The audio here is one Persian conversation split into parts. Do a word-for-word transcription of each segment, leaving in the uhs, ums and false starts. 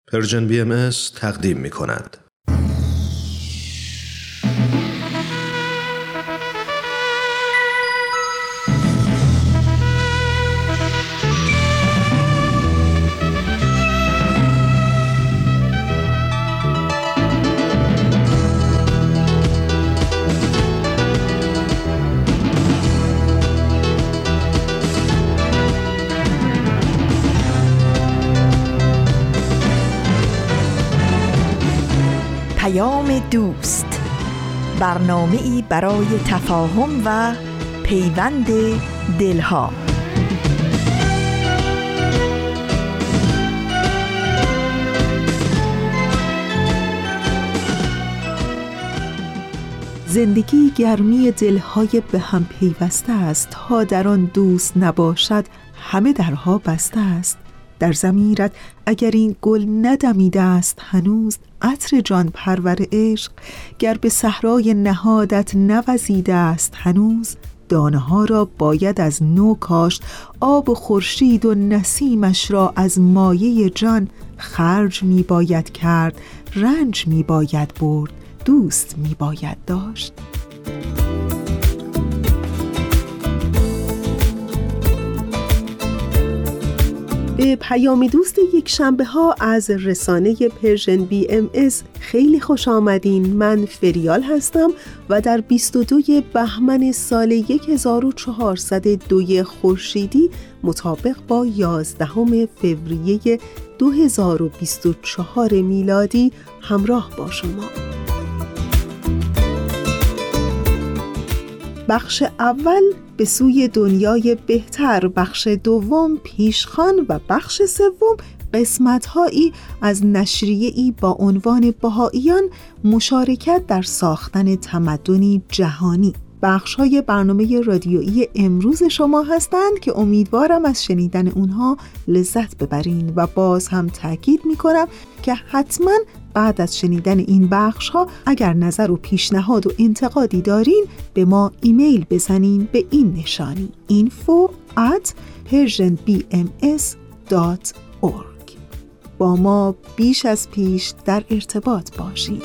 پرژن بی ام اس تقدیم می کند. دوست، برنامه‌ای برای تفاهم و پیوند دلها. زندگی گرمی دلهای به هم پیوسته است. تا در آن دوست نباشد همه درها بسته است. در ضمیرت اگر این گل ندمیده است هنوز، عطر جان پرور عشق گر به صحرای نهادت نوزیده است هنوز، دانه ها را باید از نو کاشت، آب و خورشید و نسیمش را از مایه جان خرج می باید کرد، رنج می باید برد، دوست می باید داشت. به پیام دوست یک شنبه ها از رسانه پرژن بی ام اس خیلی خوش آمدین. من فریال هستم و در بیست و دو بهمن سال هزار و چهارصد و دو خورشیدی مطابق با یازدهم فوریه دو هزار و بیست و چهار میلادی همراه با شما. بخش اول به سوی دنیای بهتر، بخش دوم پیشخوان و بخش سوم قسمت‌هایی از نشریه‌ای با عنوان بهائیان مشارکت در ساختن تمدنی جهانی. بخش‌های برنامه رادیویی امروز شما هستند که امیدوارم از شنیدن اونها لذت ببرین و باز هم تاکید می‌کنم که حتماً بعد از شنیدن این بخش‌ها اگر نظر و پیشنهاد و انتقادی دارین به ما ایمیل بزنین به این نشانی info at persian b m s dot org. با ما بیش از پیش در ارتباط باشین.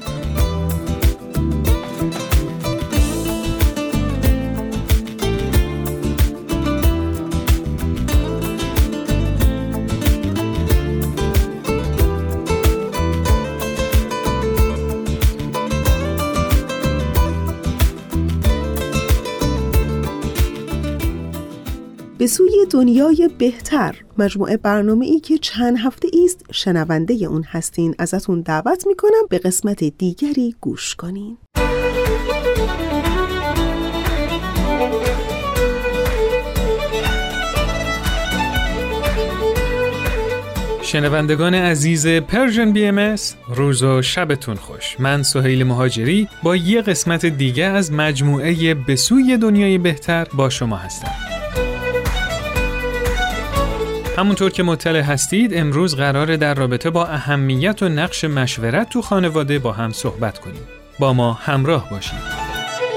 به سوی دنیای بهتر، مجموعه برنامه‌ای که چند هفته ایست شنونده اون هستین، ازتون دعوت میکنم به قسمت دیگری گوش کنین. شنوندگان عزیز پرژن بی ام اس، روز و شبتون خوش. من سهیل مهاجری با یه قسمت دیگه از مجموعه به سوی دنیای بهتر با شما هستم. همونطور که مطلع هستید امروز قراره در رابطه با اهمیت و نقش مشورت تو خانواده با هم صحبت کنیم. با ما همراه باشید.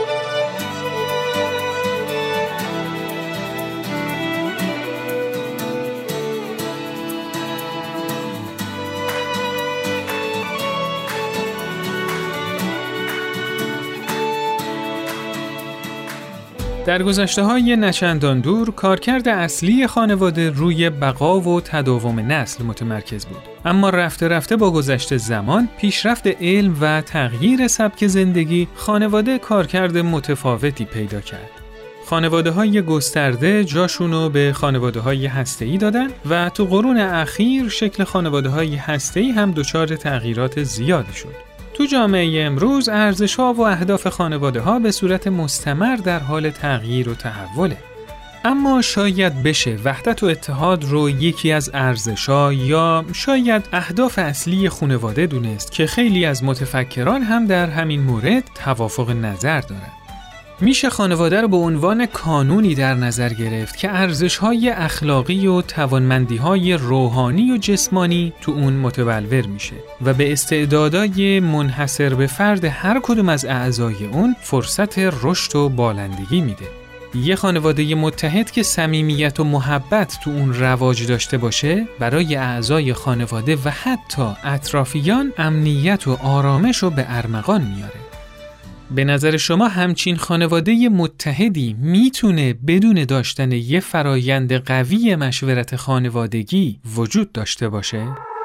در گذشته‌های نچندان دور کارکرد اصلی خانواده روی بقا و تداوم نسل متمرکز بود. اما رفته رفته با گذشت زمان، پیشرفت علم و تغییر سبک زندگی، خانواده کارکرد متفاوتی پیدا کرد. خانواده‌های گسترده جاشونو به خانواده‌های هسته‌ای دادن و تو قرون اخیر شکل خانواده‌های هسته‌ای هم دچار تغییرات زیادی شد. تو جامعه امروز ارزش‌ها و اهداف خانواده‌ها به صورت مستمر در حال تغییر و تحوله. اما شاید بشه وحدت و اتحاد رو یکی از ارزش‌ها یا شاید اهداف اصلی خانواده دونست که خیلی از متفکران هم در همین مورد توافق نظر دارن. میشه خانواده رو به عنوان کانونی در نظر گرفت که ارزش‌های اخلاقی و توانمندی‌های روحانی و جسمانی تو اون متبلور میشه و به استعدادهای منحصر به فرد هر کدوم از اعضای اون فرصت رشد و بالندگی میده. یه خانواده متحد که صمیمیت و محبت تو اون رواج داشته باشه، برای اعضای خانواده و حتی اطرافیان امنیت و آرامش رو به ارمغان میاره. به نظر شما همچین خانواده متحدی میتونه بدون داشتن یه فرایند قوی مشورت خانوادگی وجود داشته باشه؟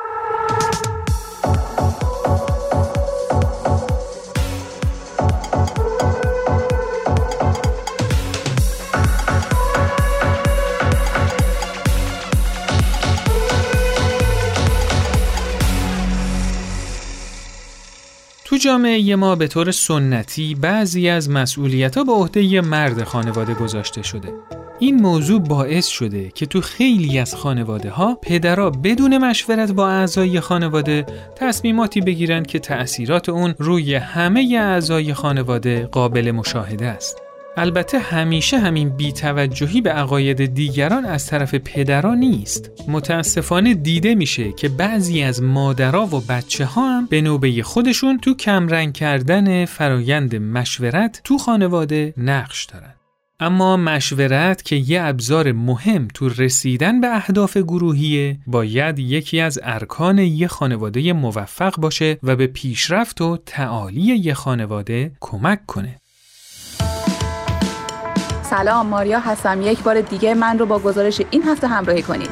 تو جامعه ما به طور سنتی بعضی از مسئولیت‌ها به عهده مرد خانواده گذاشته شده. این موضوع باعث شده که تو خیلی از خانواده‌ها پدرها بدون مشورت با اعضای خانواده تصمیماتی بگیرن که تأثیرات اون روی همه اعضای خانواده قابل مشاهده است. البته همیشه همین بی‌توجهی به عقاید دیگران از طرف پدرها نیست. متاسفانه دیده میشه که بعضی از مادرها و بچه‌ها هم به نوبه خودشون تو کمرنگ کردن فرایند مشورت تو خانواده نقش دارن. اما مشورت که یه ابزار مهم تو رسیدن به اهداف گروهیه، باید یکی از ارکان یه خانواده موفق باشه و به پیشرفت و تعالی یه خانواده کمک کنه. سلام، ماریا هستم. یک بار دیگه من رو با گزارش این هفته همراهی کنید.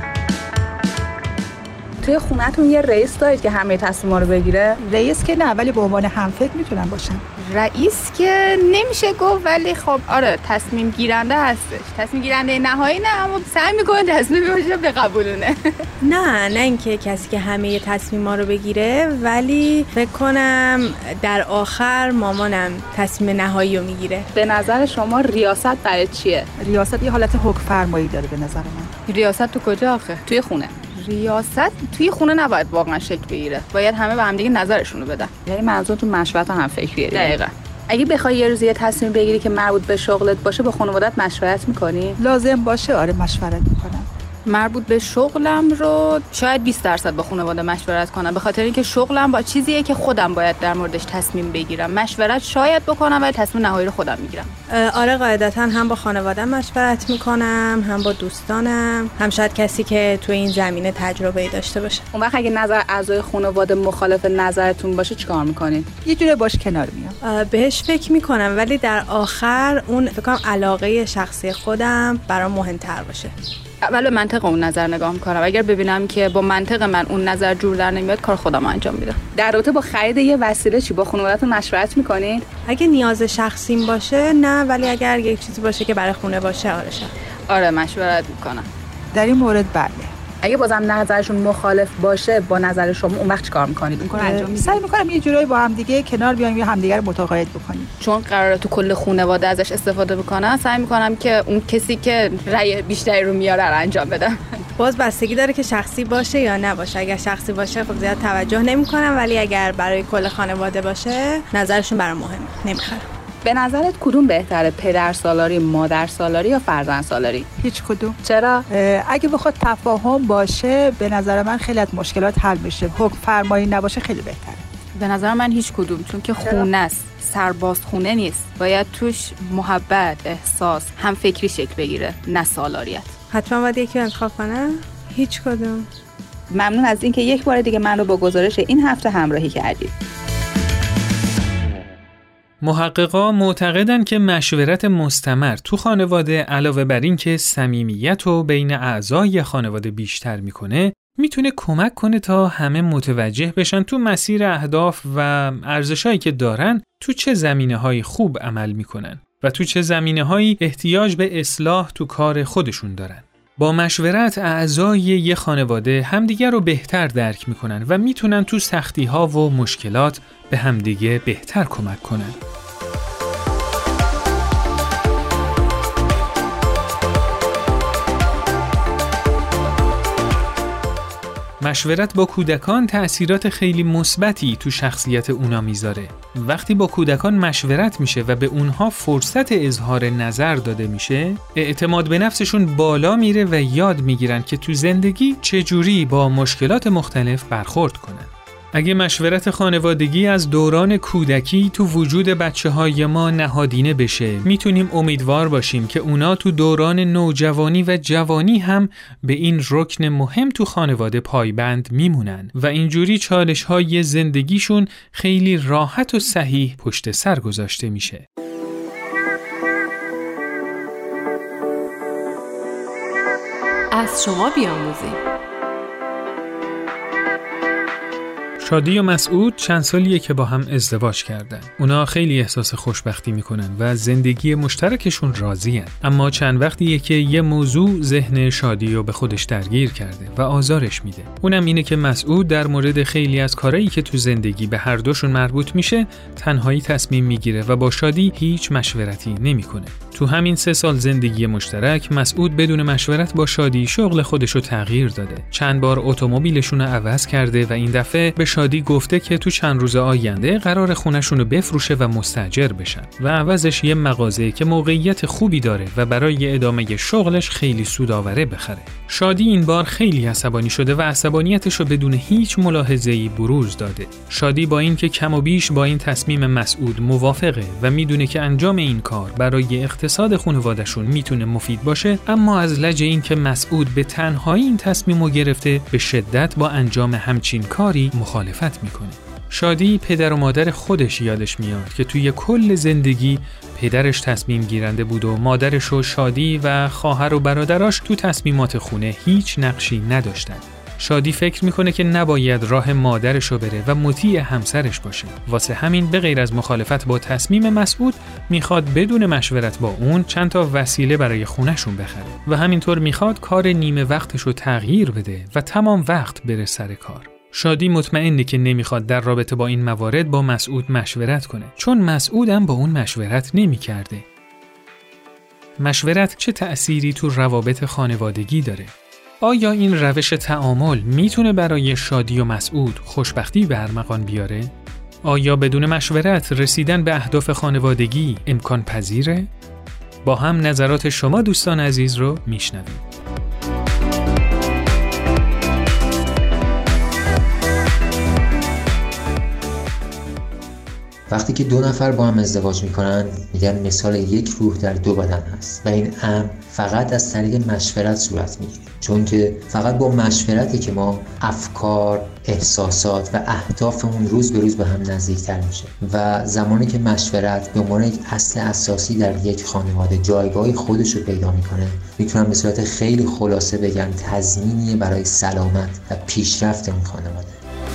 توی خونتون یه رئیس دارید که همه تصمیم‌ها رو بگیره؟ رئیس که نه، ولی به عنوان همفکر میتونن باشن. رئیس که نمیشه گفت، ولی خب آره تصمیم گیرنده هستش. تصمیم گیرنده نهایی نه، اما سعی میکنه تصمیم باشه بقبولونه. نه نه اینکه کسی که همه تصمیم‌ها رو بگیره، ولی فکر کنم در آخر مامانم تصمیم نهایی رو میگیره. به نظر شما ریاست برای چیه؟ ریاست یه حالت حکم فرمایی داره به نظر من. ریاست تو کجا آخه؟ توی خونه. ریاست توی خونه نباید واقعا شکل بگیره. باید همه به هم دیگه نظرشون رو بدن. یعنی منظور تو مشورت هم فکریه. دقیقاً. اگه بخوای یه روز یه تصمیم بگیری که مربوط به شغلت باشه، با خانواده‌ات مشورت می‌کنی؟ لازم باشه آره مشورت می‌کنم. مربوط به شغلم رو شاید بیست درصد با خانواده مشورت کنم، به خاطر اینکه شغلم با چیزیه که خودم باید در موردش تصمیم بگیرم. مشورت شاید بکنم ولی تصمیم نهایی رو خودم میگیرم. آره قاعدتاً هم با خانواده مشورت میکنم، هم با دوستانم، هم شاید کسی که تو این زمینه تجربه داشته باشه. اون وقت اگه نظر اعضای خانواده مخالف نظرتون باشه چیکار میکنید؟ یه جوری باش کنار میام. بهش فکر میکنم، ولی در آخر اون فکر کنم علاقه شخصی خودم برام مهمتر باشه. اول به منطق اون نظر نگاه میکنم. اگر ببینم که با منطق من اون نظر جور در نمیاد، کار خودم انجام میدم. در رابطه با خرید یه وسیله چی با خانواده‌تون مشورت میکنید؟ اگه نیاز شخصیم باشه نه، ولی اگر یک چیزی باشه که برای خونه باشه آره شد. آره مشورت میکنم. در این مورد بله. اگه بازم نظرشون مخالف باشه با نظر شما، اون وقت چیکار میکنید؟ اون کار انجام میدید؟ سعی میکنم یه جورایی با هم دیگه کنار بیایم یا همدیگه رو متقاعد بکنیم. چون قراره تو کل خانواده ازش استفاده بکنن، سعی میکنم که اون کسی که رأی بیشتری رو میاره رو انجام بدم. باز بستگی داره که شخصی باشه یا نباشه. اگر شخصی باشه خب زیاد توجه نمیکنم، ولی اگر برای کل خانواده باشه نظرشون برام مهمه، نمیخرم. به نظرت کدوم بهتره، پدر سالاری، مادر سالاری یا فرزند سالاری؟ هیچ کدوم. چرا؟ اگه بخواد تفاهم باشه به نظر من خیلی از مشکلات حل میشه. حکم فرمایی نباشه خیلی بهتره. به نظر من هیچ کدوم، چون که خونه است، سرباز خونه نیست. باید توش محبت، احساس، هم فکری شکل بگیره، نه سالاریت. حتما باید یکی انتخاب کنم؟ هیچ کدوم. ممنون از اینکه یک بار دیگه من رو با گزارش این هفته همراهی کردید. محققا معتقدن که مشورت مستمر تو خانواده علاوه بر این که صمیمیت رو بین اعضای خانواده بیشتر میکنه، میتونه کمک کنه تا همه متوجه بشن تو مسیر اهداف و ارزشایی که دارن تو چه زمینه‌های خوب عمل میکنن و تو چه زمینه‌هایی احتیاج به اصلاح تو کار خودشون دارن. با مشورت اعضای یه خانواده همدیگر رو بهتر درک میکنن و میتونن تو سختی‌ها و مشکلات به همدیگه بهتر کمک کنن. مشورت با کودکان تأثیرات خیلی مثبتی تو شخصیت اونا میذاره. وقتی با کودکان مشورت میشه و به اونها فرصت اظهار نظر داده میشه، اعتماد به نفسشون بالا میره و یاد میگیرن که تو زندگی چجوری با مشکلات مختلف برخورد کنن. اگه مشورت خانوادگی از دوران کودکی تو وجود بچه‌های ما نهادینه بشه، میتونیم امیدوار باشیم که اونا تو دوران نوجوانی و جوانی هم به این رکن مهم تو خانواده پایبند میمونن و اینجوری چالش‌های زندگیشون خیلی راحت و صحیح پشت سر گذاشته میشه. از شما بیاموزیم. شادی و مسعود چند سالیه که با هم ازدواج کردن. اونا خیلی احساس خوشبختی میکنن و زندگی مشترکشون راضین. اما چند وقتیه که یه موضوع ذهن شادی رو به خودش درگیر کرده و آزارش میده. اونم اینه که مسعود در مورد خیلی از کارهایی که تو زندگی به هر دوشون مربوط میشه تنهایی تصمیم میگیره و با شادی هیچ مشورتی نمیکنه. تو همین سه سال زندگی مشترک مسعود بدون مشورت با شادی شغل خودشو تغییر داده. چند بار اتومبیلشون رو عوض کرده و این دفعه به شادی گفته که تو چند روز آینده قرار خونه‌شون رو بفروشه و مستاجر بشن و عوضش یه مغازه که موقعیت خوبی داره و برای ادامه شغلش خیلی سودآوره بخره. شادی این بار خیلی عصبانی شده و عصبانیتش رو بدون هیچ ملاحظه‌ای بروز داده. شادی با این که کم و بیش با این تصمیم مسعود موافقه و میدونه که انجام این کار برای اقتصاد خانواده‌شون میتونه مفید باشه، اما از لج این که مسعود به تنهایی این تصمیمو گرفته به شدت با انجام همچین کاری مخالفت میکنه. شادی پدر و مادر خودش یادش میاد که توی کل زندگی پدرش تصمیم گیرنده بود و مادرش و شادی و خواهر و برادراش تو تصمیمات خونه هیچ نقشی نداشتن. شادی فکر میکنه که نباید راه مادرشو بره و مطیع همسرش باشه. واسه همین به غیر از مخالفت با تصمیم مسعود میخواد بدون مشورت با اون چند تا وسیله برای خونهشون بخره و همینطور میخواد کار نیمه وقتشو تغییر بده و تمام وقت بره سر کار. شادی مطمئنه که نمیخواد در رابطه با این موارد با مسعود مشورت کنه، چون مسعود هم با اون مشورت نمیکرده. مشورت چه تأثیری تو روابط خانوادگی داره؟ آیا این روش تعامل میتونه برای شادی و مسعود خوشبختی به ارمغان بیاره؟ آیا بدون مشورت رسیدن به اهداف خانوادگی امکان پذیره؟ با هم نظرات شما دوستان عزیز رو میشنویم. وقتی که دو نفر با هم ازدواج میکنن میگن مثال یک روح در دو بدن هست و این امر فقط از طریق مشورت صورت میگیره، چون که فقط با مشورتی که ما افکار، احساسات و اهدافمون روز به روز به هم نزدیکتر میشه و زمانی که مشورت به عنوان یک اصل اساسی در یک خانواده جایگاه خودش رو پیدا میکنه، میتونم به صورت خیلی خلاصه بگم تضمینیه برای سلامت و پیشرفت اون خانواده.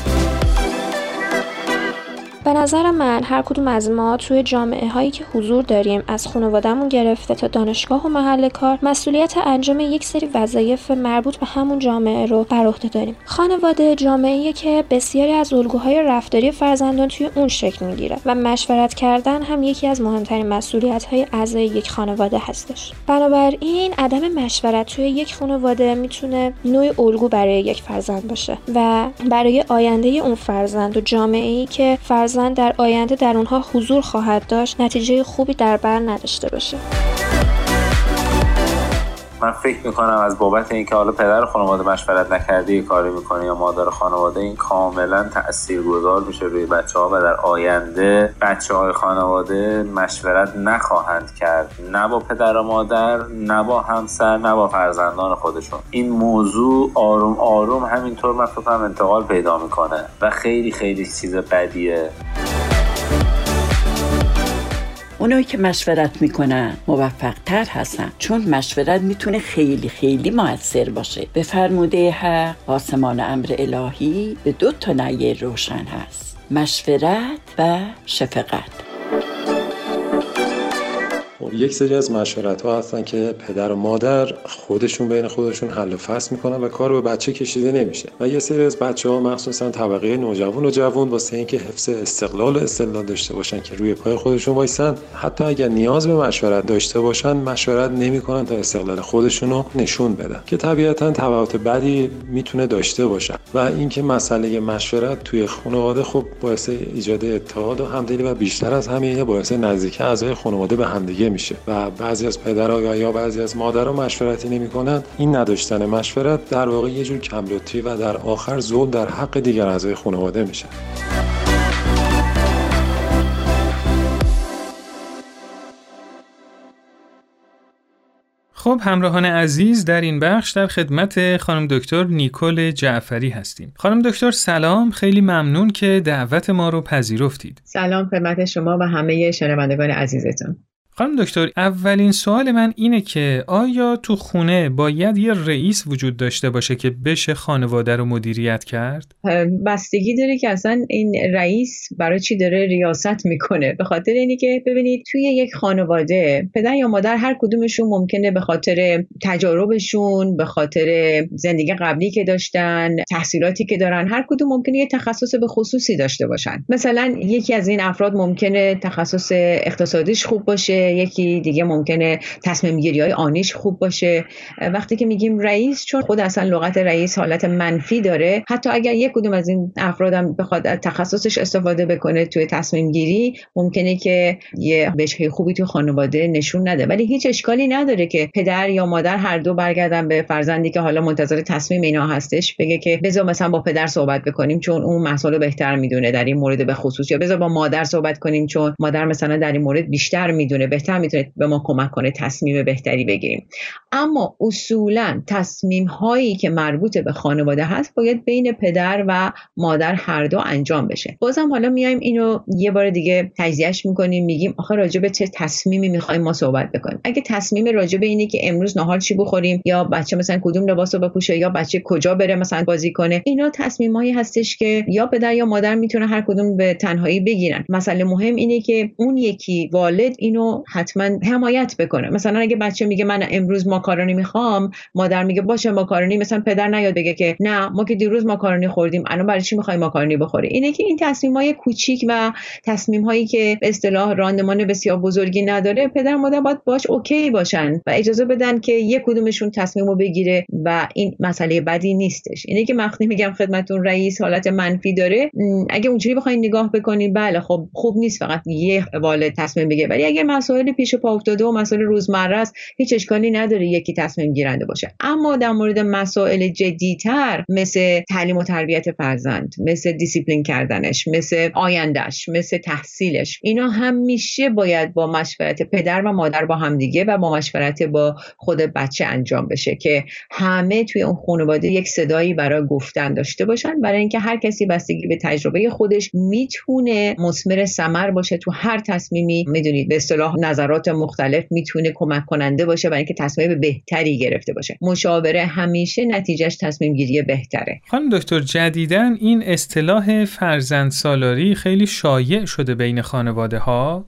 به نظر من هر کدوم از ما توی جامعه هایی که حضور داریم، از خانواده‌مون گرفته تا دانشگاه و محل کار، مسئولیت انجام یک سری وظایف مربوط به همون جامعه رو بر عهده داریم. خانواده جامعه‌ایه که بسیاری از الگوهای رفتاری فرزندان توی اون شکل میگیره و مشورت کردن هم یکی از مهمترین مسئولیت‌های اعضای یک خانواده هستش. بنابراین عدم مشورت توی یک خانواده میتونه نوع الگو برای یک فرزند باشه و برای آینده اون فرزند و جامعه‌ای که فرزند در آینده در اونها حضور خواهد داشت نتیجه خوبی در بر نداشته باشه. من فکر میکنم از بابت اینکه حالا پدر خانواده مشورت نکرده یه کاری میکنه یا مادر خانواده، این کاملا تاثیرگذار میشه روی بچه‌ها و در آینده بچه‌های خانواده مشورت نخواهند کرد، نه با پدر و مادر، نه با همسر، نه با فرزندان خودشون. این موضوع آروم آروم همینطور من فکر کنم انتقال پیدا میکنه و خیلی خیلی چیز بدیه. اونایی که مشورت میکنن موفق تر هستن، چون مشورت میتونه خیلی خیلی مؤثر باشه. به فرموده حق آسمان امر الهی به دو تا نعیه روشن هست: مشورت و شفقت. یک سری از مشورت ها هستن که پدر و مادر خودشون بین خودشون حل و فصل میکنن و کار به بچه کشیده نمیشه و یه سری از بچه ها مخصوصا طبقه نوجوان و جوان واسه اینکه حفظ استقلال و استدلال داشته باشن که روی پای خودشون وایسن، حتی اگر نیاز به مشورت داشته باشن مشورت نمیکنن تا استقلال خودشون رو نشون بدن که طبیعتا تبعات بدی میتونه داشته باشه. و اینکه مسئله مشورت توی خانواده خب باعث ایجاد اتحاد و همدلی و بیشتر از همه باعث نزدیکی اعضای خانواده به همدیگه میشه. نمیشه و بعضی از پدرها یا بعضی از مادرها مشورتی نمیکنن. این نداشتن مشورت در واقع یه جور کم‌لطفی و در آخر ظلم در حق دیگر اعضای خانواده میشه. خب همراهان عزیز، در این بخش در خدمت خانم دکتر نیکول جعفری هستیم. خانم دکتر سلام، خیلی ممنون که دعوت ما رو پذیرفتید. سلام خدمت شما و همه شنوندگان عزیزتون. خانم دکتر، اولین سوال من اینه که آیا تو خونه باید یه رئیس وجود داشته باشه که بشه خانواده رو مدیریت کرد؟ بستگی داره که اصلا این رئیس برای چی داره ریاست میکنه. به خاطر اینی که ببینید توی یک خانواده پدر یا مادر هر کدومشون ممکنه به خاطر تجاربشون، به خاطر زندگی قبلی که داشتن، تحصیلاتی که دارن، هر کدوم ممکنه یه تخصص به خصوصی داشته باشن. مثلا یکی از این افراد ممکنه تخصص اقتصادیش خوب باشه، یکی دیگه ممکنه تصمیم گیری های آنیش خوب باشه. وقتی که میگیم رئیس، چون خود اصلا لغت رئیس حالت منفی داره، حتی اگر یک کدوم از این افرادم بخواد از تخصصش استفاده بکنه توی تصمیم گیری، ممکنه که یه وجهه خوبی توی خانواده نشون نده. ولی هیچ اشکالی نداره که پدر یا مادر هر دو برگردن به فرزندی که حالا منتظر تصمیم اینا هستش، بگه که بذار مثلا با پدر صحبت بکنیم چون اون مسئله بهتر میدونه در این مورد به خصوص، یا بذار با مادر صحبت کنیم چون مادر مثلا در این مورد بیشتر میدونه، بهتر میتونه به ما کمک کنه تصمیم بهتری بگیریم. اما اصولا تصمیم هایی که مربوط به خانواده هست باید بین پدر و مادر هر دو انجام بشه. بازم حالا میایم اینو یه بار دیگه تجزیهش میکنیم، میگیم آخه راجع به چه تصمیمی میخوایم ما صحبت بکنیم. اگه تصمیم راجع به اینی که امروز نهار چی بخوریم، یا بچه مثلا کدوم لباسو بپوشه، یا بچه کجا بره مثلا بازی کنه، اینا تصمیمایی هستش که یا پدر یا مادر میتونه هر کدوم به تنهایی بگیرن. مسئله مهم اینه که اون یکی والد اینو حتما حمایت بکنه. مثلا اگه بچه میگه من امروز ماکارونی میخوام، مادر میگه باشه ماکارونی، مثلا پدر نیاد بگه که نه ما که دیروز ماکارونی خوردیم الان برای چی میخوای ماکارونی بخوری. اینه که این تصمیمای کوچیک و تصمیمایی که به اصطلاح راندمان بسیار بزرگی نداره، پدر مادر باید باش اوکی باشن و اجازه بدن که یک کدومشون تصمیمو بگیره و این مسئله بدی نیستش. اینه که وقتی میگم خدمتتون رئیس حالت منفی داره، اگه اونجوری بخواید نگاه بکنید بله خب خوب نیست فقط یه والد تصمیم بگیره، ولی اگه مسائل پیش پا افتاده و مسائل روزمره است هیچ اشکالی نداره یکی تصمیم گیرنده باشه. اما در مورد مسائل جدی‌تر مثل تعلیم و تربیت فرزند، مثل دیسیپلین کردنش، مثل آیندهش، مثل تحصیلش، اینا همیشه باید با مشورت پدر و مادر با همدیگه و با مشورت با خود بچه انجام بشه که همه توی اون خانواده یک صدایی برای گفتن داشته باشن، برای اینکه هر کسی بستگی به تجربه خودش میتونه مثمر ثمر باشه تو هر تصمیمی. میدونید به اصطلاح نظرات مختلف میتونه کمک کننده باشه برای اینکه تصمیم بهتری گرفته باشه. مشاوره همیشه نتیجهش تصمیم گیری بهتره. خانم دکتر، جدیداً این اصطلاح فرزندسالاری خیلی شایع شده بین خانواده ها.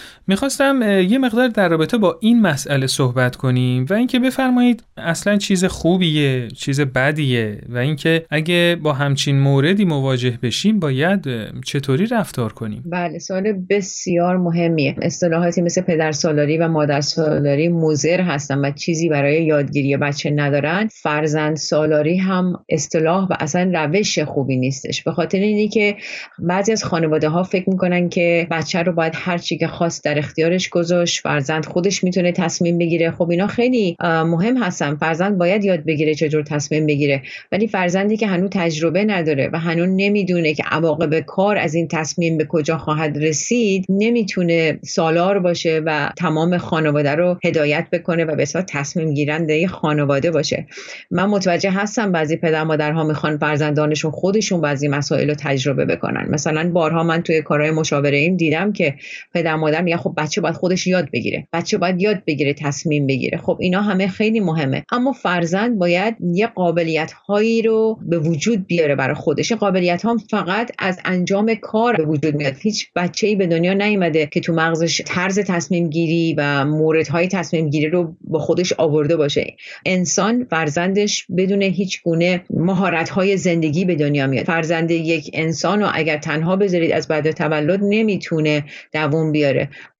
میخواستم یه مقدار در رابطه با این مسئله صحبت کنیم و اینکه بفرمایید اصلا چیز خوبیه، چیز بدیه، و اینکه اگه با همچین موردی مواجه بشیم باید چطوری رفتار کنیم. بله، سوال بسیار مهمیه. اصطلاحاتی مثل پدرسالاری و مادرسالاری مضر هستن و چیزی برای یادگیری بچه ندارن. فرزندسالاری هم اصطلاح و اصلا روش خوبی نیستش، به خاطر اینی که بعضی از خانواده ها فکر میکنن که بچه رو باید هر چی که خواست در اختیارش گذاشت، فرزند خودش میتونه تصمیم بگیره. خب اینا خیلی مهم هستن، فرزند باید یاد بگیره چجور تصمیم بگیره، ولی فرزندی که هنوز تجربه نداره و هنوز نمیدونه که عواقب کار از این تصمیم به کجا خواهد رسید، نمیتونه سالار باشه و تمام خانواده رو هدایت بکنه و به اصطلاح تصمیم گیرنده خانواده باشه. من متوجه هستم بعضی پدر مادرها میخوان فرزندانشون خودشون بعضی مسائل رو تجربه بکنن. مثلا بارها من توی کارهای مشاوره ایم دیدم که پدر مادر میگن خب بچه باید خودش یاد بگیره، بچه باید یاد بگیره تصمیم بگیره. خب اینا همه خیلی مهمه، اما فرزند باید یه قابلیت هایی رو به وجود بیاره برای خودش. قابلیت ها فقط از انجام کار به وجود میاد. هیچ بچه‌ای به دنیا نیومده که تو مغزش طرز تصمیم گیری و موردهای تصمیم گیری رو با خودش آورده باشه. انسان فرزندش بدون هیچ گونه مهارت های زندگی به دنیا میاد. فرزند یک انسان رو اگر تنها بذارید از بعد تولد نمیتونه دوام بیاره.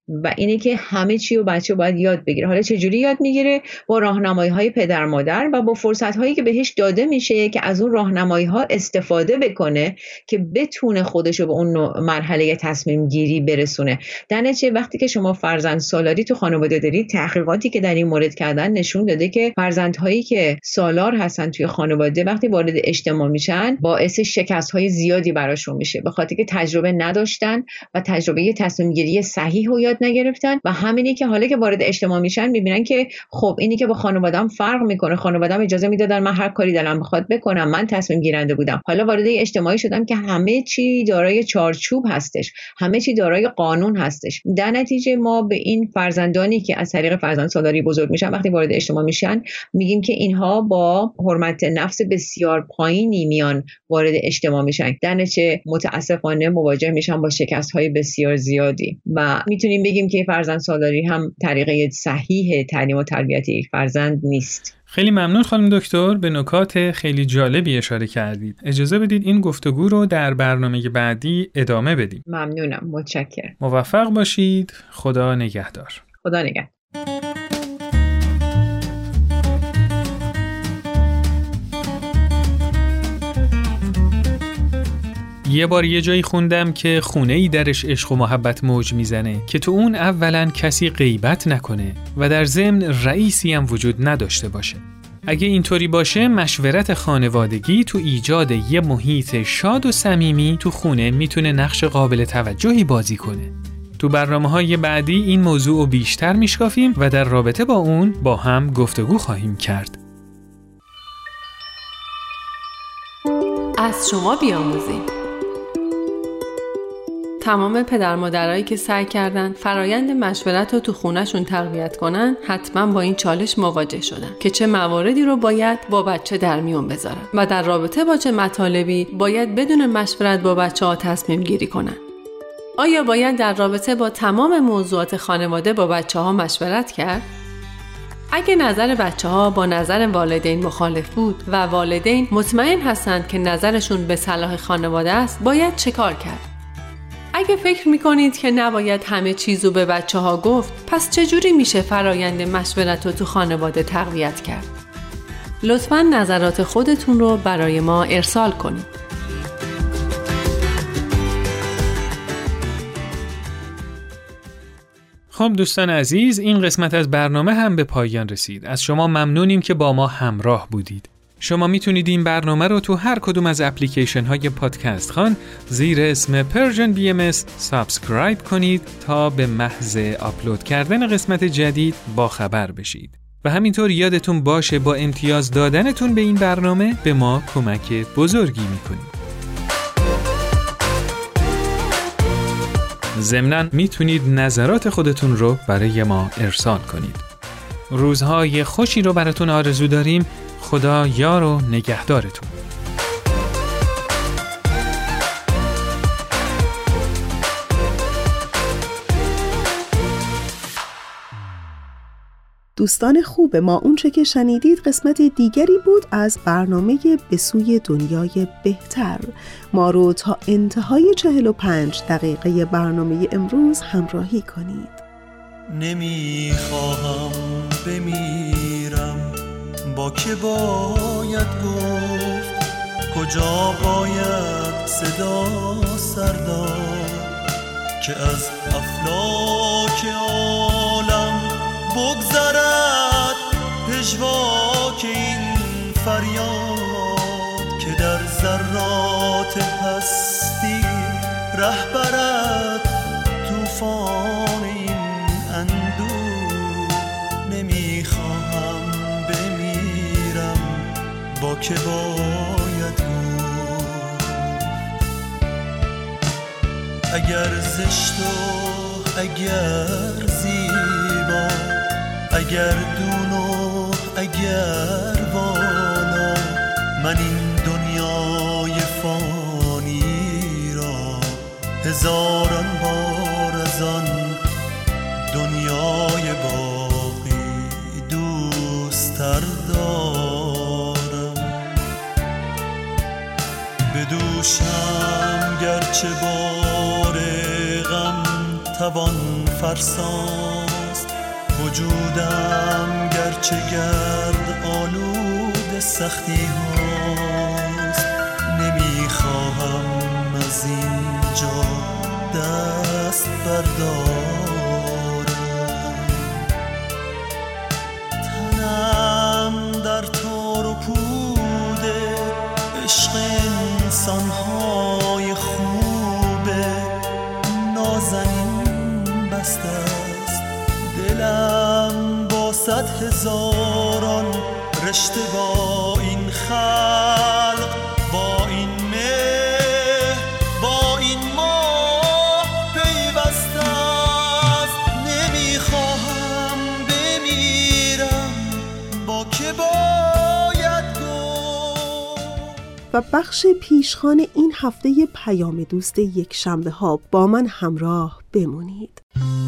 و اینه که همه چی رو بچه باید یاد بگیره. حالا چجوری یاد میگیره؟ با راهنمایی‌های پدر مادر و با فرصت‌هایی که بهش داده میشه که از اون راهنمایی‌ها استفاده بکنه که بتونه خودش رو به اون مرحله تصمیم گیری برسونه. در نتیجه وقتی که شما فرزند سالاری تو خانواده دارید، تحقیقاتی که در این مورد کردن نشون داده که فرزندهایی که سالار هستن توی خانواده وقتی وارد اجتماع میشن باعث شکست‌های زیادی براشون میشه، به خاطر که تجربه نداشتن و تجربه تصمیم گیری صحیح رو یاد نگرفتن. و همینی که حالا که وارد اجتماع میشن میبینن که خب اینی که با خانواده‌ام فرق میکنه، خانواده‌ام اجازه میدادن من هر کاری دلم بخواد بکنم، من تصمیم گیرنده بودم. حالا وارد اجتماعی شدم که همه چی دارای چارچوب هستش، همه چی دارای قانون هستش. در نتیجه ما به این فرزندانی که از طریق فرزند سالاری بزرگ میشن وقتی وارد اجتماع میشن میگیم که اینها با حرمت نفس بسیار پایینی میان وارد اجتماع میشن، در نتیجه متاسفانه مواجه میشن با شکست‌های بسیار زیادی. و میتونیم بگیم که فرزند سالاری هم طریقه صحیح تعلیم و تربیت یک فرزند نیست. خیلی ممنون خانم دکتر، به نکات خیلی جالبی اشاره کردید. اجازه بدید این گفتگو رو در برنامه بعدی ادامه بدیم. ممنونم، متشکرم. موفق باشید. خدا نگهدار. خدا نگهدار. یه بار یه جایی خوندم که خونه‌ای درش عشق و محبت موج میزنه که تو اون اولاً کسی غیبت نکنه و در ضمن رئیسی هم وجود نداشته باشه. اگه اینطوری باشه مشورت خانوادگی تو ایجاد یه محیط شاد و صمیمی تو خونه میتونه نقش قابل توجهی بازی کنه. تو برنامه‌های بعدی این موضوع رو بیشتر میشکافیم و در رابطه با اون با هم گفتگو خواهیم کرد. از شما بیاموزیم. تمام پدر مادرایی که سعی کردن فرایند مشورت رو تو خونه‌شون تقویت کنن حتما با این چالش مواجه شدن که چه مواردی رو باید با بچه در میون بذارن و در رابطه با چه مطالبی باید بدون مشورت با بچه‌ها تصمیم گیری کنن. آیا باید در رابطه با تمام موضوعات خانواده با بچه‌ها مشورت کرد؟ اگه نظر بچه‌ها با نظر والدین مخالف بود و والدین مطمئن هستند که نظرشون به صلاح خانواده است، باید چه کار کرد؟ اگه فکر میکنید که نباید همه چیزو به بچه ها گفت، پس چجوری میشه فرایند مشورت رو تو خانواده تقویت کرد؟ لطفاً نظرات خودتون رو برای ما ارسال کنید. خب دوستان عزیز، این قسمت از برنامه هم به پایان رسید. از شما ممنونیم که با ما همراه بودید. شما میتونید این برنامه رو تو هر کدوم از اپلیکیشن های پادکست خان زیر اسم پرژن بی ام اس سابسکرایب کنید تا به محض آپلود کردن قسمت جدید با خبر بشید. و همینطور یادتون باشه با امتیاز دادنتون به این برنامه به ما کمک بزرگی میکنید. ضمناً میتونید نظرات خودتون رو برای ما ارسال کنید. روزهای خوشی رو براتون آرزو داریم. خدا یار و نگهدارتون. دوستان خوب ما، اونچه که شنیدید قسمت دیگری بود از برنامه به سوی دنیای بهتر. ما رو تا انتهای چهل و پنج دقیقه برنامه امروز همراهی کنید. نمیخواهم بمیرم، با که باید گفت، کجا باید صدا سرداد که از افلاک عالم بگذرد پژواک این فریاد که در ذرات هستی ره برد طوفان این اندوه. نمیخواهم بمیرم، با که باید گفت، اگر زشت و اگر زیبا، اگر دون و اگر والا، من این دنیای فانی را هزاران بار از آن دنیای باقی دوست‌تر دارم. بدوشم گرچه بار غم توان فرساست. وجودم گرچه گرد آلود سختی هاست، نمیخواهم از اینجا دست بردارم. تنم در تار و پود عشق انسانهای خوبه، نازنین بسته است دلم با صد هزاران رشته، با این خلق، با این مه، با این ماه پیوسته است. نمیخواهم بمیرم، با که باید گفت. و بخش پیشخوان این هفته پیام دوست یک شنبه ها با من همراه بمونید.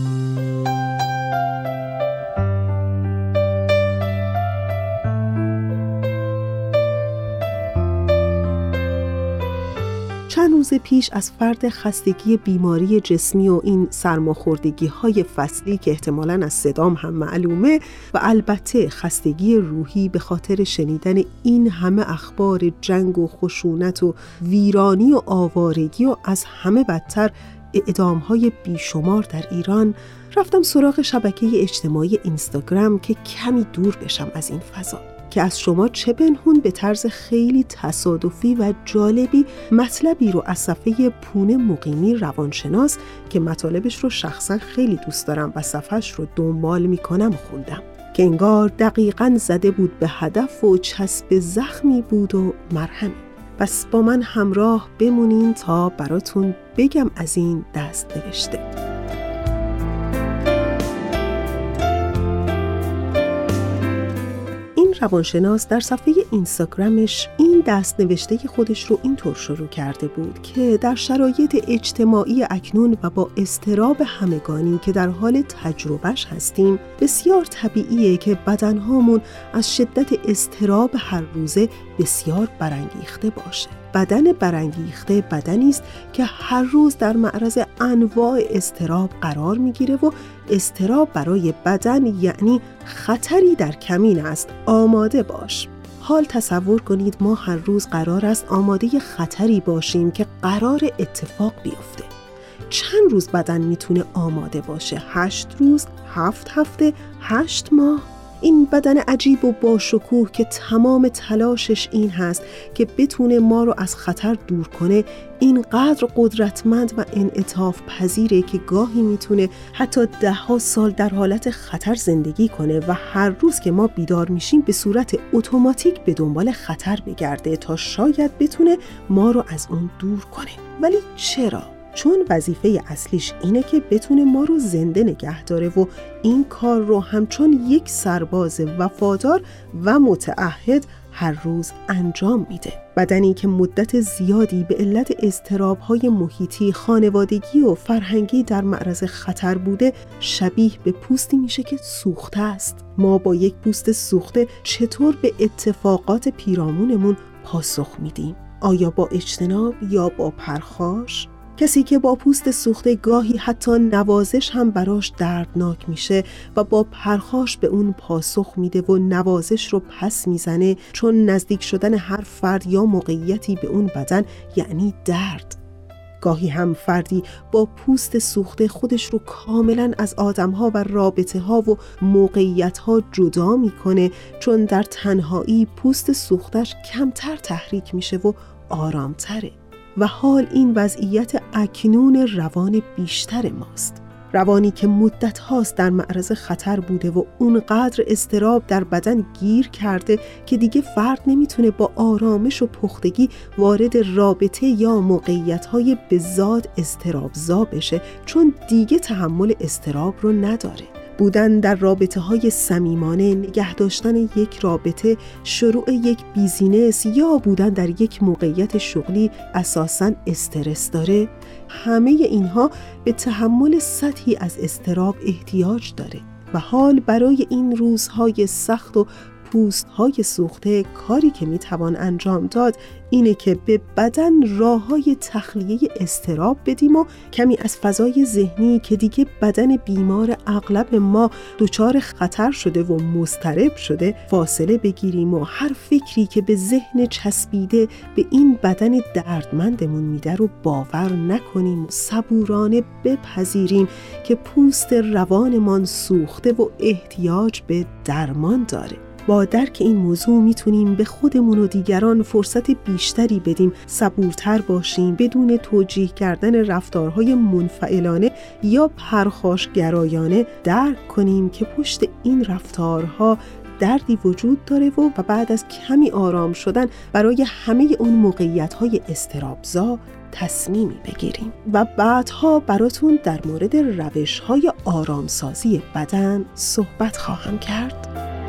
چند روز پیش از فرد خستگی بیماری جسمی و این سرماخوردگی های فصلی که احتمالاً از صدام هم معلومه و البته خستگی روحی به خاطر شنیدن این همه اخبار جنگ و خشونت و ویرانی و آوارگی و از همه بدتر اعدام های بیشمار در ایران، رفتم سراغ شبکه اجتماعی اینستاگرام که کمی دور بشم از این فضا، که از شما چه بنهون به طرز خیلی تصادفی و جالبی مطلبی رو از صفحه پونه مقیمی روانشناس که مطالبش رو شخصا خیلی دوست دارم و صفحش رو دنبال میکنم خوندم، که انگار دقیقاً زده بود به هدف و چسب زخمی بود و مرهمی. پس با من همراه بمونین تا براتون بگم از این دست نوشته. روانشناس در صفحه اینستاگرامش این دست نوشته خودش رو اینطور شروع کرده بود که در شرایط اجتماعی اکنون و با اضطراب همگانی که در حال تجربهش هستیم، بسیار طبیعیه که بدنهامون از شدت اضطراب هر روزه بسیار برانگیخته باشه. بدن برانگیخته بدنی است که هر روز در معرض انواع اضطراب قرار میگیره و اضطراب برای بدن یعنی خطری در کمین است، آماده باش. حال تصور کنید ما هر روز قرار است آماده خطری باشیم که قرار اتفاق بیفته. چند روز بدن میتونه آماده باشه؟ هشت روز، هفت هفته، هشت ماه؟ این بدن عجیب و باشکوه که تمام تلاشش این هست که بتونه ما رو از خطر دور کنه، اینقدر قدرتمند و انعطاف پذیره که گاهی میتونه حتی ده ها سال در حالت خطر زندگی کنه و هر روز که ما بیدار میشیم به صورت اتوماتیک به دنبال خطر بگرده تا شاید بتونه ما رو از اون دور کنه. ولی چرا؟ چون وظیفه اصلیش اینه که بتونه ما رو زنده نگه داره و این کار رو همچون یک سرباز وفادار و متعهد هر روز انجام میده. بدنی که مدت زیادی به علت اضطراب‌های محیطی، خانوادگی و فرهنگی در معرض خطر بوده، شبیه به پوستی میشه که سوخته است. ما با یک پوست سوخته چطور به اتفاقات پیرامونمون پاسخ میدیم؟ آیا با اجتناب یا با پرخاش؟ کسی که با پوست سوخته گاهی حتی نوازش هم براش دردناک میشه و با پرخاش به اون پاسخ میده و نوازش رو پس میزنه، چون نزدیک شدن هر فرد یا موقعیتی به اون بدن یعنی درد. گاهی هم فردی با پوست سوخته خودش رو کاملا از آدمها و رابطه ها و موقعیت ها جدا میکنه، چون در تنهایی پوست سوختش کمتر تحریک میشه و آرامتره. و حال این وضعیت اکنون روان بیشتر ماست. روانی که مدت هاست در معرض خطر بوده و اونقدر اضطراب در بدن گیر کرده که دیگه فرد نمیتونه با آرامش و پختگی وارد رابطه یا موقعیت های به ذات اضطرابزا بشه، چون دیگه تحمل اضطراب رو نداره. بودن در رابطه های صمیمانه، نگه داشتن یک رابطه، شروع یک بیزینس یا بودن در یک موقعیت شغلی اساساً استرس داره، همه اینها به تحمل سطحی از اضطراب احتیاج داره. و حال برای این روزهای سخت و پوست های سوخته کاری که میتوان انجام داد اینه که به بدن راه‌های تخلیه اضطراب بدیم و کمی از فضای ذهنی که دیگه بدن بیمار اغلب ما دچار خطر شده و مضطرب شده فاصله بگیریم و هر فکری که به ذهن چسبیده به این بدن دردمندمون میده رو باور نکنیم و صبورانه بپذیریم که پوست روانمان سوخته و احتیاج به درمان داره. با درک این موضوع میتونیم به خودمون و دیگران فرصت بیشتری بدیم، صبورتر باشیم، بدون توجیه کردن رفتارهای منفعلانه یا پرخاشگرایانه درک کنیم که پشت این رفتارها دردی وجود داره و بعد از کمی آرام شدن برای همه اون موقعیت‌های اضطرابزا تصمیمی بگیریم و بعدها براتون در مورد روش‌های آرامسازی بدن صحبت خواهم کرد.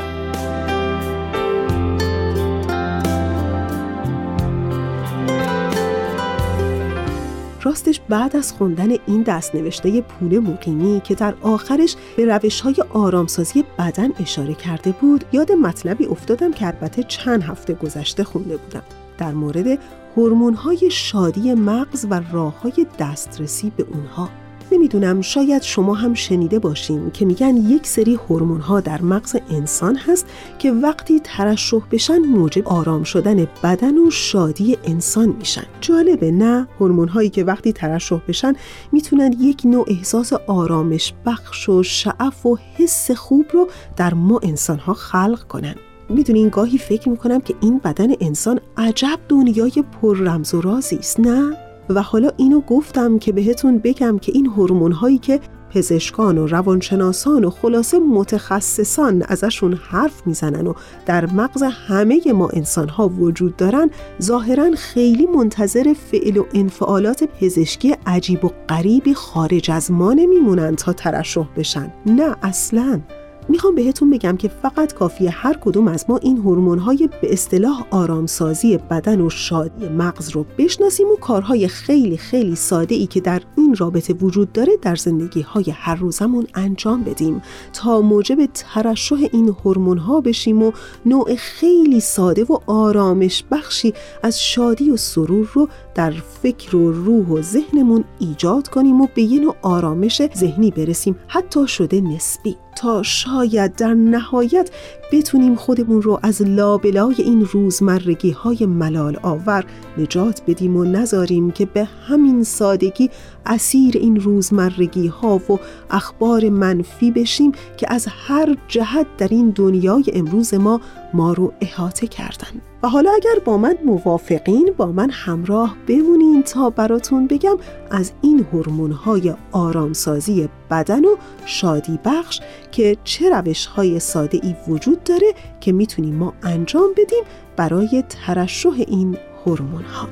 راستش بعد از خوندن این دستنوشته پول مقیمی که در آخرش به روش‌های آرامسازی بدن اشاره کرده بود، یاد مطلبی افتادم که البته چند هفته گذشته خونده بودم در مورد هورمون‌های شادی مغز و راه‌های دسترسی به اونها. نمیدونم، شاید شما هم شنیده باشین که میگن یک سری هورمون‌ها در مغز انسان هست که وقتی ترشح بشن موجب آرام شدن بدن و شادی انسان میشن. جالبه نه؟ هورمون‌هایی که وقتی ترشح بشن میتونن یک نوع احساس آرامش بخش و شعف و حس خوب رو در ما انسان‌ها خلق کنن. میدونین گاهی فکر میکنم که این بدن انسان عجب دنیای پر رمز و رازی است، نه؟ و حالا اینو گفتم که بهتون بگم که این هورمون‌هایی که پزشکان و روانشناسان و خلاصه متخصصان ازشون حرف میزنن و در مغز همه ما انسان‌ها وجود دارن، ظاهراً خیلی منتظر فعل و انفعالات پزشکی عجیب و غریبی خارج از ما نمیمونن تا ترشح بشن. نه اصلاً. میخوام بهتون بگم که فقط کافیه هر کدوم از ما این هورمون‌های به اصطلاح آرامسازی بدن و شادی مغز رو بشناسیم و کارهای خیلی خیلی ساده‌ای که در این رابطه وجود داره در زندگی‌های هر روزمون انجام بدیم تا موجب ترشح این هورمون‌ها بشیم و نوع خیلی ساده و آرامش بخشی از شادی و سرور رو در فکر و روح و ذهنمون ایجاد کنیم و به یه نوع آرامش ذهنی برسیم، حتی شده نسبی، تا شاید در نهایت بتونیم خودمون رو از لابلای این روزمرگی های ملال آور نجات بدیم و نذاریم که به همین سادگی اسیر این روزمرگی ها و اخبار منفی بشیم که از هر جهت در این دنیای امروز ما ما رو احاطه کردن. و حالا اگر با من موافقین با من همراه بمونین تا براتون بگم از این هورمون‌های آرامسازی بدن و شادی بخش که چه روش‌های ساده‌ای وجود داره که میتونیم ما انجام بدیم برای ترشح این هورمون‌ها.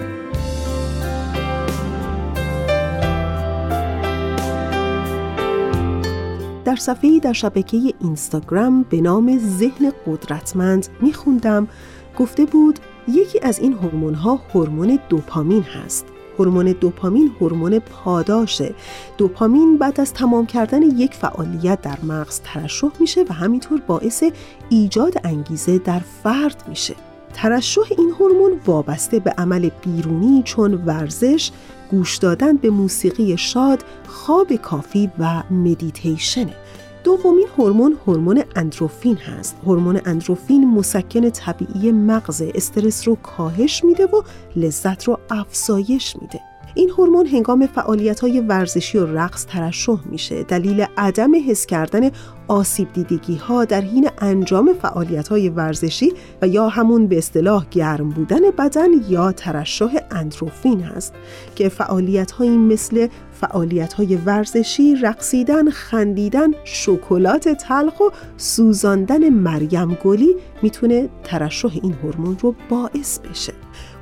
در صفحه‌ای در شبکه اینستاگرام به نام ذهن قدرتمند میخوندم گفته بود یکی از این هورمون‌ها هورمون دوپامین هست. هورمون دوپامین هورمون پاداشه. دوپامین بعد از تمام کردن یک فعالیت در مغز ترشح میشه و همینطور باعث ایجاد انگیزه در فرد میشه. ترشح این هورمون وابسته به عمل بیرونی چون ورزش، گوش دادن به موسیقی شاد، خواب کافی و مدیتیشنه. دومین هورمون هورمون اندروفین هست. هورمون اندروفین مسکن طبیعی مغز، استرس رو کاهش میده و لذت رو افزایش میده. این هورمون هنگام فعالیت‌های ورزشی و رقص ترشح میشه. دلیل عدم حس کردن آسیب دیدگی‌ها در حین انجام فعالیت‌های ورزشی و یا همون به اصطلاح گرم بودن بدن یا ترشح اندروفین هست که فعالیت‌هایی مثل فعالیت‌های ورزشی، رقصیدن، خندیدن، شکلات تلخ و سوزاندن مریم گلی میتونه ترشح این هورمون رو باعث بشه.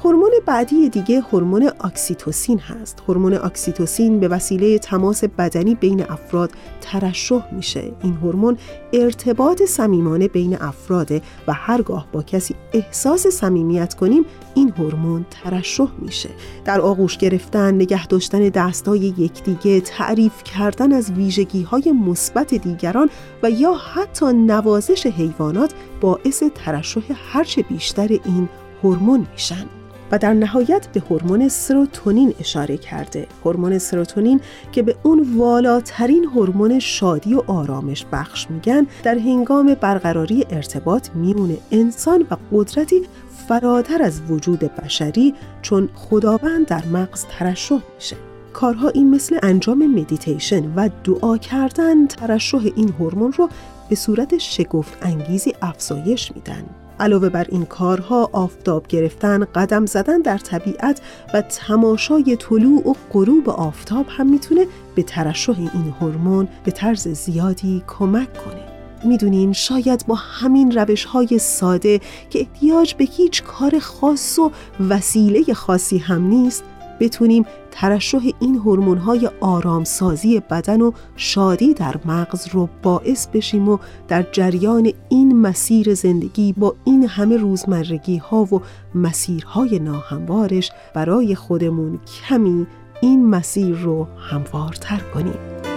هورمون بعدی دیگه هورمون اکسیتوسین هست. هورمون اکسیتوسین به وسیله تماس بدنی بین افراد ترشح میشه. این هورمون ارتباط صمیمانه بین افراده و هرگاه با کسی احساس صمیمیت کنیم این هورمون ترشح میشه. در آغوش گرفتن، نگه داشتن دستای یکدیگه، تعریف کردن از ویژگی‌های مثبت دیگران و یا حتی نوازش حیوانات باعث ترشح هرچه بیشتر این هورمون میشن. و در نهایت به هورمون سروتونین اشاره کرده. هورمون سروتونین که به اون والاترین هورمون شادی و آرامش بخش میگن، در هنگام برقراری ارتباط میون انسان و قدرتی فراتر از وجود بشری چون خداوند در مغز ترشح میشه. کارهایی مثل انجام مدیتیشن و دعا کردن ترشح این هورمون رو به صورت شگفت انگیزی افزایش میدن. علاوه بر این کارها، آفتاب گرفتن، قدم زدن در طبیعت و تماشای طلوع و غروب آفتاب هم میتونه به ترشح این هورمون به طرز زیادی کمک کنه. میدونین شاید با همین روش‌های ساده که احتیاج به هیچ کار خاص و وسیله خاصی هم نیست، بتونیم ترشح این هورمون‌های آرامسازی بدن و شادی در مغز رو باعث بشیم و در جریان این مسیر زندگی با این همه روزمرگی‌ها و مسیرهای ناهموارش برای خودمون کمی این مسیر رو هموارتر کنیم.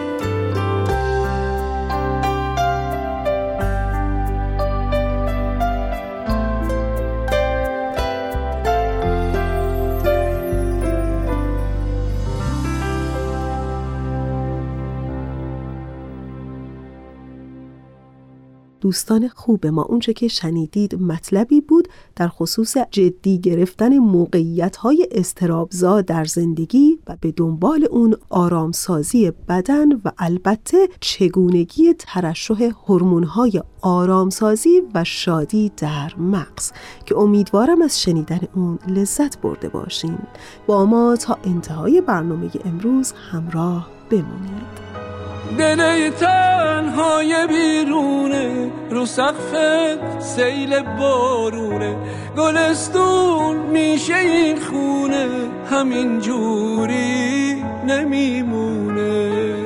دوستان خوب ما، اونچه که شنیدید مطلبی بود در خصوص جدی گرفتن موقعیت‌های اضطرابزا در زندگی و به دنبال اون آرامسازی بدن و البته چگونگی ترشح هورمون‌های آرامسازی و شادی در مغز که امیدوارم از شنیدن اون لذت برده باشین. با ما تا انتهای برنامه امروز همراه بمونید. دل تنهای بیرونه، رو سقف سیل بارونه، گلستون میشه این خونه، همین جوری نمیمونه.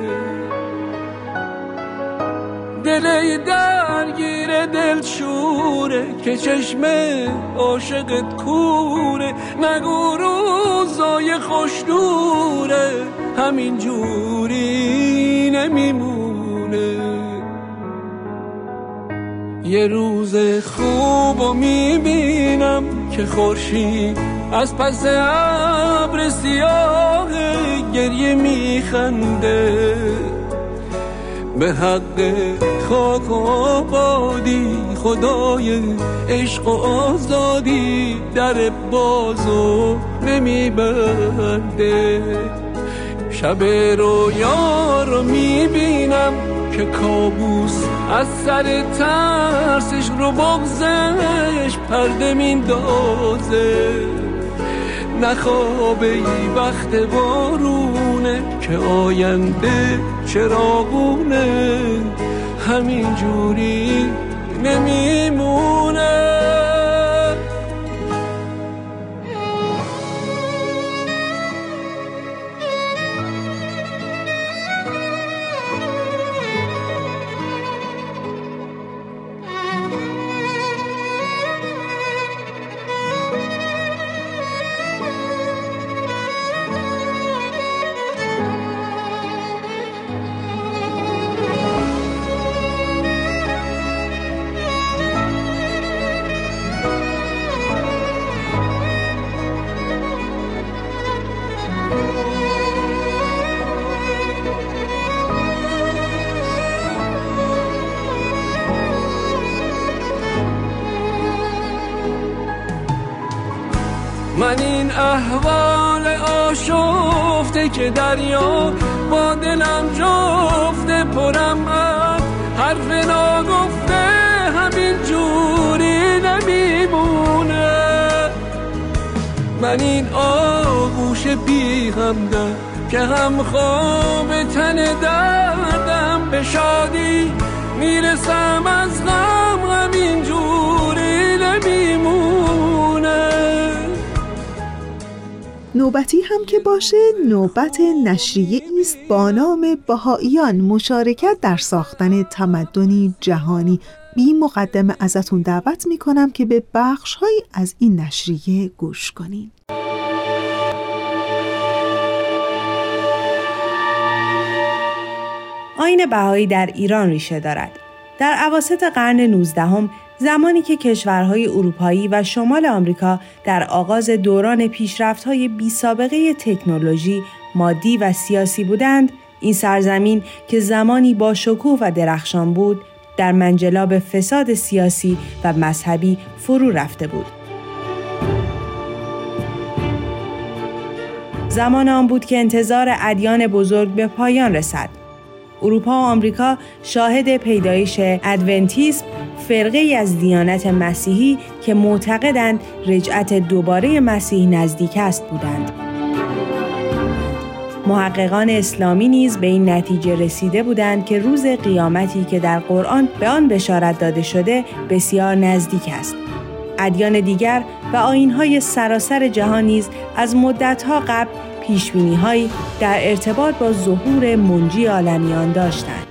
دل درگیر دل شوره که چشم عاشقت کوره، نگو روزای خوش دوره، همین جوری نمیمونه. یه روز خوبو میبینم که خورشید از پس ابر سیاه گریه میخنده، به حق خاک و آبادی خدای عشق و آزادی در بازو نمیبنده. شب رویا رو میبینم که کابوس از سر ترسش رو بغزش پرده میندازه، نخوابه ای وقت بارونه که آینده چراغونه، همین جوری نمیمونه. من این احوال آشفته که دریا با دلم جفته، پرم از حرف ناگفته، همین جوری نمیمونه. من این آغوش بی همدم که هم خواب تن دردم، به شادی میرسم از غم، همین جوری نمیمونه. نوبتی هم که باشه نوبت نشریه است با نام بهائیان مشارکت در ساختن تمدنی جهانی. بی مقدمه ازتون دعوت میکنم که به بخش‌هایی از این نشریه گوش کنین. آیین بهایی در ایران ریشه دارد. در اواسط قرن نوزدهم، زمانی که کشورهای اروپایی و شمال آمریکا در آغاز دوران پیشرفت‌های بی‌سابقه تکنولوژی، مادی و سیاسی بودند، این سرزمین که زمانی با شکوه و درخشان بود، در منجلاب فساد سیاسی و مذهبی فرو رفته بود. زمان آن بود که انتظار ادیان بزرگ به پایان رسد. اروپا و آمریکا شاهد پیدایش ادونتیسم، فرقه‌ای از دیانت مسیحی که معتقدند رجعت دوباره مسیح نزدیک است بودند. محققان اسلامی نیز به این نتیجه رسیده بودند که روز قیامتی که در قرآن به آن بشارت داده شده بسیار نزدیک است. ادیان دیگر و آیین‌های سراسر جهان نیز از مدت‌ها قبل پیشبینی‌هایی در ارتباط با ظهور منجی عالمیان داشتند.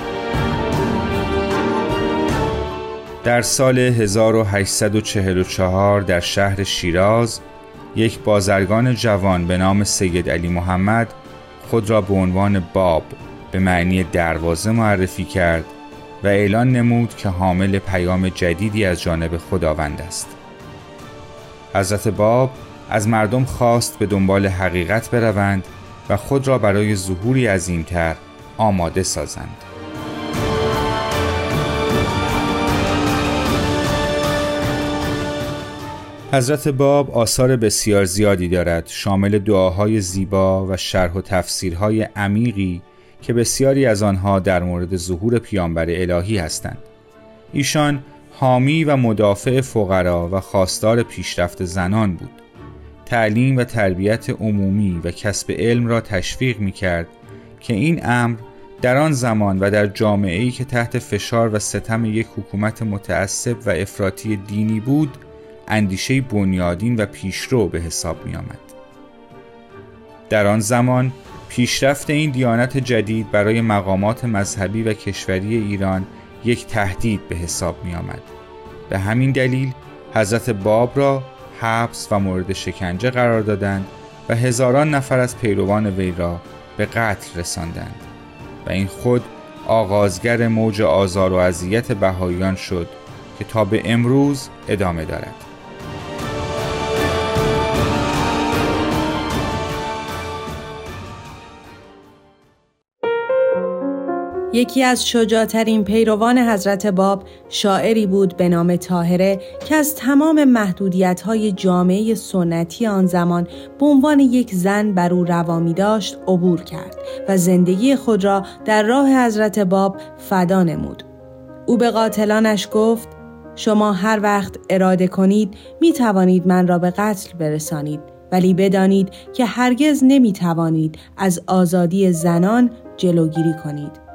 در سال هزار و هشتصد و چهل و چهار در شهر شیراز یک بازرگان جوان به نام سید علی محمد خود را به عنوان باب به معنی دروازه معرفی کرد و اعلان نمود که حامل پیام جدیدی از جانب خداوند است. حضرت باب از مردم خواست به دنبال حقیقت بروند و خود را برای ظهوری عظیم‌تر آماده سازند. حضرت باب آثار بسیار زیادی دارد، شامل دعاهای زیبا و شرح و تفسیرهای عمیقی که بسیاری از آنها در مورد ظهور پیامبر الهی هستند. ایشان حامی و مدافع فقرا و خواستار پیشرفت زنان بود. تعلیم و تربیت عمومی و کسب علم را تشویق می‌کرد که این امر در آن زمان و در جامعه‌ای که تحت فشار و ستم یک حکومت متعصب و افراطی دینی بود، اندیشه بنیادین و پیشرو به حساب می آمد. در آن زمان پیشرفت این دیانت جدید برای مقامات مذهبی و کشوری ایران یک تهدید به حساب می آمد. به همین دلیل حضرت باب را حبس و مورد شکنجه قرار دادند و هزاران نفر از پیروان وی را به قتل رساندند و این خود آغازگر موج آزار و اذیت بهائیان شد که تا به امروز ادامه دارد. یکی از شجاع‌ترین پیروان حضرت باب شاعری بود به نام طاهره که از تمام محدودیت‌های جامعه سنتی آن زمان به عنوان یک زن بر او روا می‌داشت عبور کرد و زندگی خود را در راه حضرت باب فدا نمود. او به قاتلانش گفت: شما هر وقت اراده کنید می توانید من را به قتل برسانید، ولی بدانید که هرگز نمی توانید از آزادی زنان جلوگیری کنید.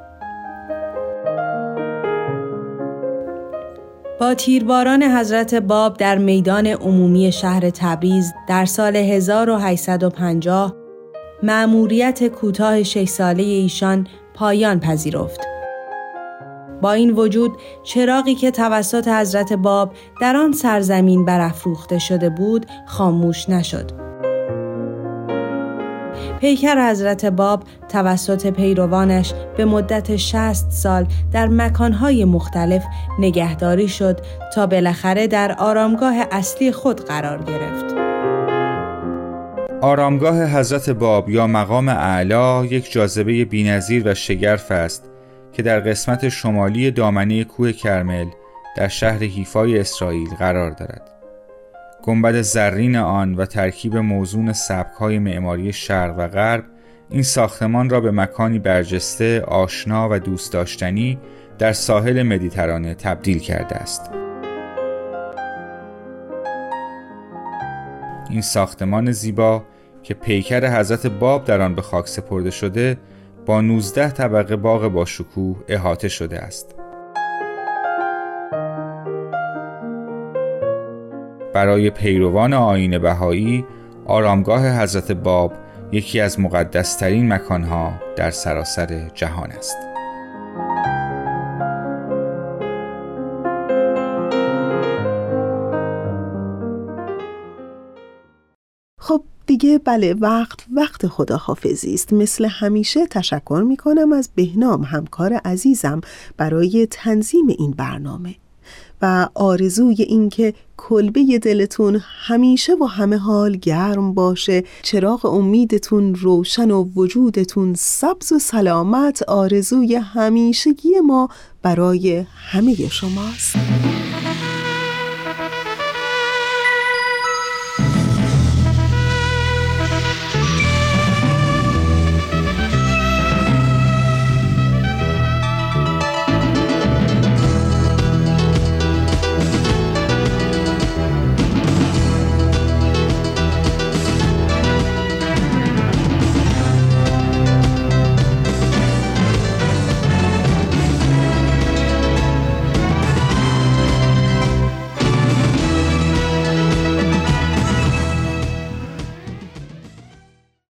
با تیرباران حضرت باب در میدان عمومی شهر تبریز در سال هزار و هشتصد و پنجاه مأموریت کوتاه شش ساله ایشان پایان پذیرفت. با این وجود چراغی که توسط حضرت باب در آن سرزمین برافروخته شده بود خاموش نشد. پیکر حضرت باب توسط پیروانش به مدت شصت سال در مکانهای مختلف نگهداری شد تا بالاخره در آرامگاه اصلی خود قرار گرفت. آرامگاه حضرت باب یا مقام اعلی یک جاذبه بی‌نظیر و شگرف است که در قسمت شمالی دامنه کوه کرمل در شهر حیفای اسرائیل قرار دارد. گنبد زرین آن و ترکیب موزون سبک‌های معماری شرق و غرب این ساختمان را به مکانی برجسته، آشنا و دوست داشتنی در ساحل مدیترانه تبدیل کرده است. این ساختمان زیبا که پیکر حضرت باب در آن به خاک سپرده شده، با نوزده طبقه باغ با شکوه احاطه شده است. برای پیروان آیین بهایی، آرامگاه حضرت باب یکی از مقدس‌ترین مکانها در سراسر جهان است. خب دیگه بله، وقت وقت خداحافظی است. مثل همیشه تشکر می کنم از بهنام همکار عزیزم برای تنظیم این برنامه و آرزوی این که کلبه دلتون همیشه و همه حال گرم باشه، چراغ امیدتون روشن و وجودتون سبز و سلامت، آرزوی همیشگی ما برای همه شماست.